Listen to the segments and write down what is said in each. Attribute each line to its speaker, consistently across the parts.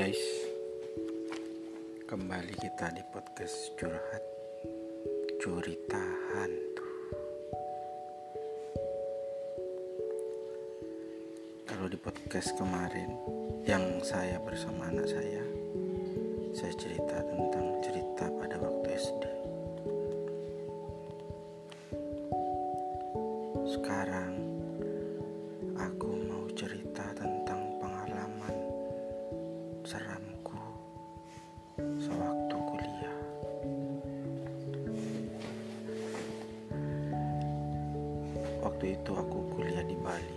Speaker 1: Guys, kembali kita di podcast curhat Curita Hantu. Kalau di podcast kemarin yang saya bersama anak saya cerita tentang cerita pada waktu SD. Sekarang aku mau cerita tentang pengalaman seramku sewaktu kuliah. Waktu itu aku kuliah di Bali.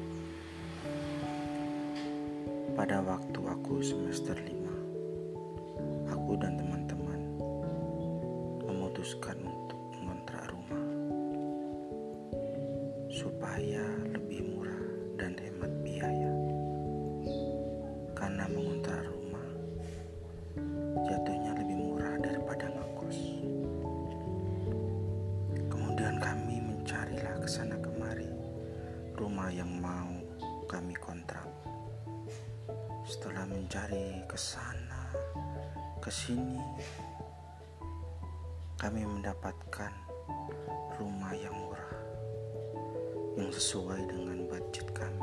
Speaker 1: Pada waktu aku semester 5, aku dan teman-teman memutuskan untuk mengontrak rumah supaya lebih murah dan hemat biaya. Karena mengontrak rumah jatuhnya lebih murah daripada ngekos. Kemudian kami mencarilah kesana kemari rumah yang mau kami kontrak. Setelah mencari kesana kesini, kami mendapatkan rumah yang murah, yang sesuai dengan budget kami.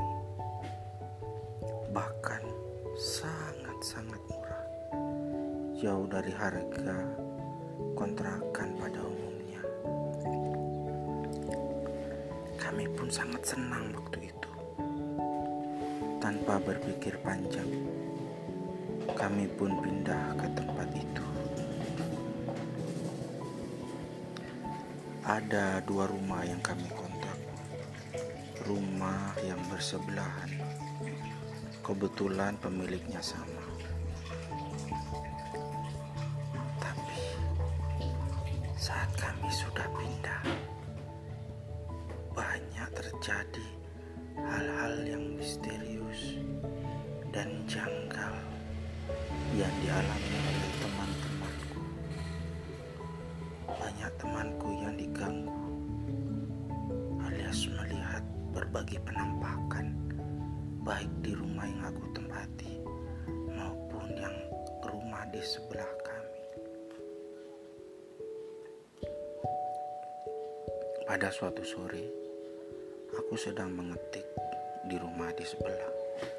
Speaker 1: Bahkan sangat-sangat murah, jauh dari harga kontrakan pada umumnya. Kami pun sangat senang waktu itu. Tanpa berpikir panjang, kami pun pindah ke tempat itu. Ada 2 rumah yang kami kontrak. Rumah yang bersebelahan, kebetulan pemiliknya sama. Tapi saat kami sudah pindah, banyak terjadi hal-hal yang misterius dan janggal yang dialami oleh teman-temanku. Banyak temanku yang diganggu alias melihat berbagai penampakan, baik di rumah yang aku tempati maupun yang rumah di sebelah kami. Pada suatu sore, aku sedang mengetik di rumah di sebelah.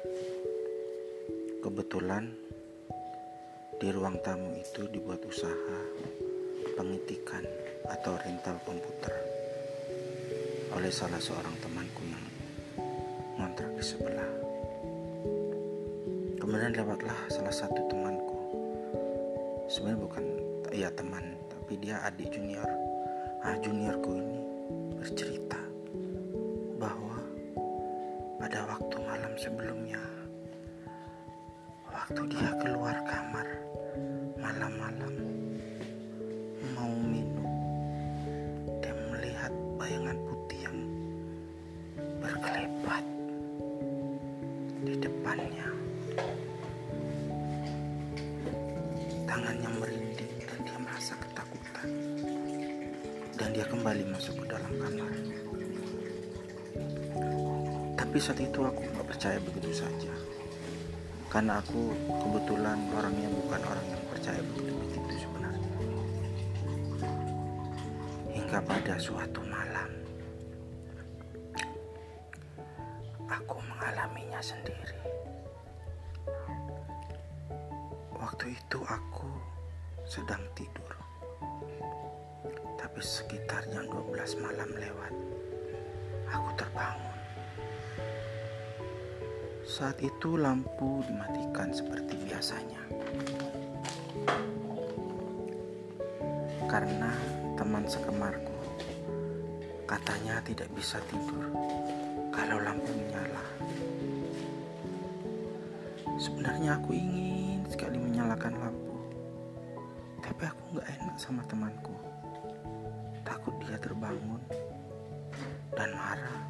Speaker 1: Kebetulan di ruang tamu itu dibuat usaha pengetikan atau rental komputer oleh salah seorang temanku yang ngontrak di sebelah. Kemudian lewatlah salah satu temanku. Sebenarnya bukan teman, tapi dia adik junior. Juniorku ini bercerita bahwa pada waktu malam sebelumnya, waktu dia keluar kamar malam-malam mau minum, dia melihat bayangan putih yang berkelebat di depannya. Tangannya merinding dan dia merasa ketakutan, dan dia kembali masuk ke dalam kamar. Tapi saat itu aku gak percaya begitu saja, karena aku kebetulan orangnya bukan orang yang percaya begitu sebenarnya. Hingga pada suatu malam, aku mengalaminya sendiri. Waktu itu aku sedang tidur, tapi sekitar jam 12 malam lewat, aku terbangun. Saat itu lampu dimatikan seperti biasanya, karena teman sekemarku katanya tidak bisa tidur kalau lampu menyala. Sebenarnya aku ingin sekali menyalakan lampu, tapi aku gak enak sama temanku. Takut dia terbangun dan marah.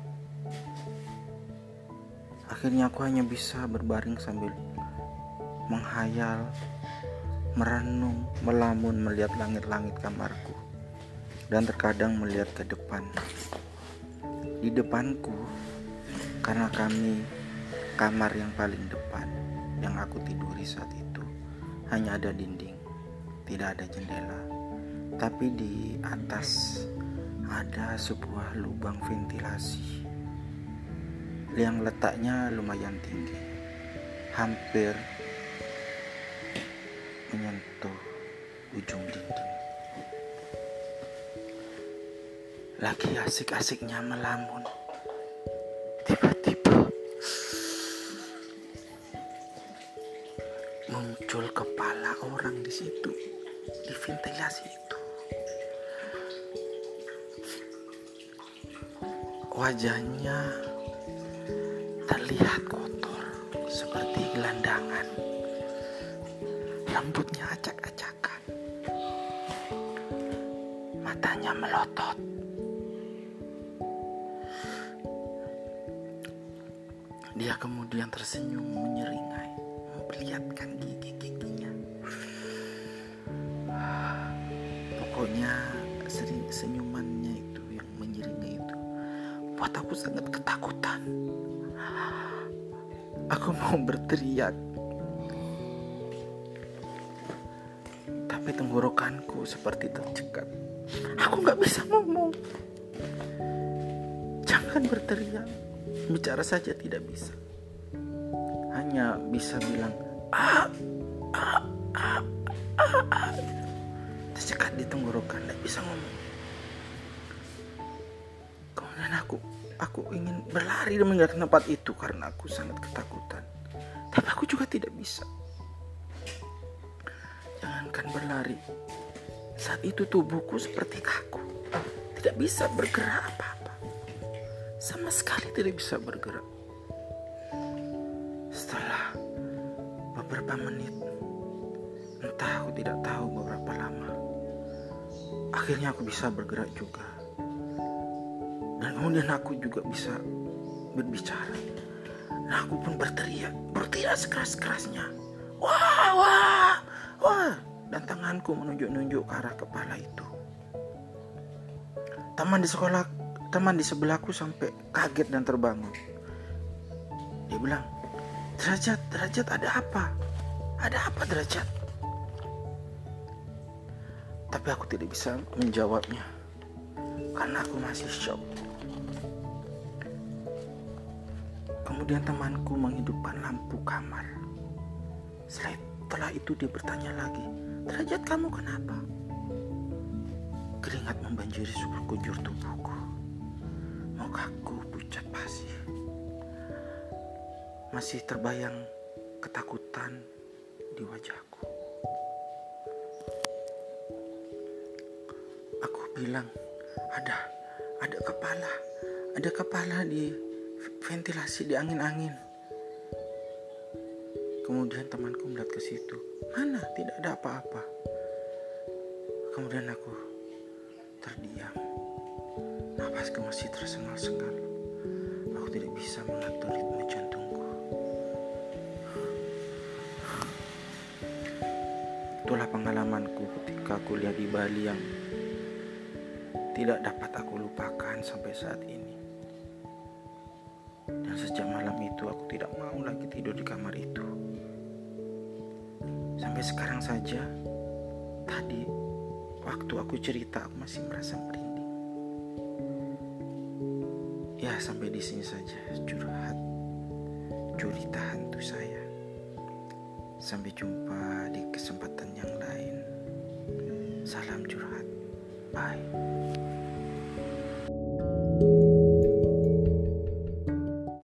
Speaker 1: Akhirnya aku hanya bisa berbaring sambil menghayal, merenung, melamun melihat langit-langit kamarku, dan terkadang melihat ke depan. Di depanku, karena kami kamar yang paling depan, yang aku tiduri saat itu hanya ada dinding, tidak ada jendela. Tapi di atas ada sebuah lubang ventilasi yang letaknya lumayan tinggi, hampir menyentuh ujung dinding. Lagi asik-asiknya melamun, tiba-tiba muncul kepala orang di situ, di ventilasi itu. Wajahnya terlihat kotor seperti gelandangan, rambutnya acak-acakan, matanya melotot. Dia kemudian tersenyum menyeringai, memperlihatkan gigi-giginya. Pokoknya senyumannya itu yang menyeringai itu buat aku sangat ketakutan. Aku mau berteriak, tapi tenggorokanku seperti tercekat. Aku gak bisa ngomong. Jangan berteriak, bicara saja tidak bisa. Hanya bisa bilang tercekat di tenggorokan, tidak bisa ngomong. Kemudian aku ingin berlari dan meninggalkan tempat itu karena aku sangat ketakutan. Tapi aku juga tidak bisa. Jangankan berlari, saat itu tubuhku seperti kaku, tidak bisa bergerak apa-apa, sama sekali tidak bisa bergerak. Setelah beberapa menit, entah aku tidak tahu beberapa lama, akhirnya aku bisa bergerak juga. Dan kemudian aku juga bisa berbicara. Nah, aku pun berteriak sekeras-kerasnya. Wah, wah, wah. Dan tanganku menunjuk-nunjuk ke arah kepala itu. Teman di sebelahku sampai kaget dan terbangun. Dia bilang, Derajat, ada apa? Ada apa, Derajat? Tapi aku tidak bisa menjawabnya karena aku masih shock. Kemudian temanku menghidupkan lampu kamar. Setelah itu dia bertanya lagi, Derajat, kamu kenapa? Keringat membanjiri sekujur tubuhku. Mukaku pucat pasir. Masih terbayang ketakutan di wajahku. Aku bilang, ada kepala di ventilasi, di angin-angin. Kemudian temanku melihat ke situ. Mana? Tidak ada apa-apa. Kemudian aku terdiam. Napasku masih tersengal-sengal. Aku tidak bisa mengatur ritme jantungku. Itulah pengalamanku ketika kuliah di Bali yang tidak dapat aku lupakan sampai saat ini. Dan sejak malam itu aku tidak mau lagi tidur di kamar itu. Sampai sekarang saja, tadi waktu aku cerita aku masih merasa merinding. Ya, sampai di sini saja cerita hantu saya. Sampai jumpa di kesempatan yang lain. Salam curhat. Bye.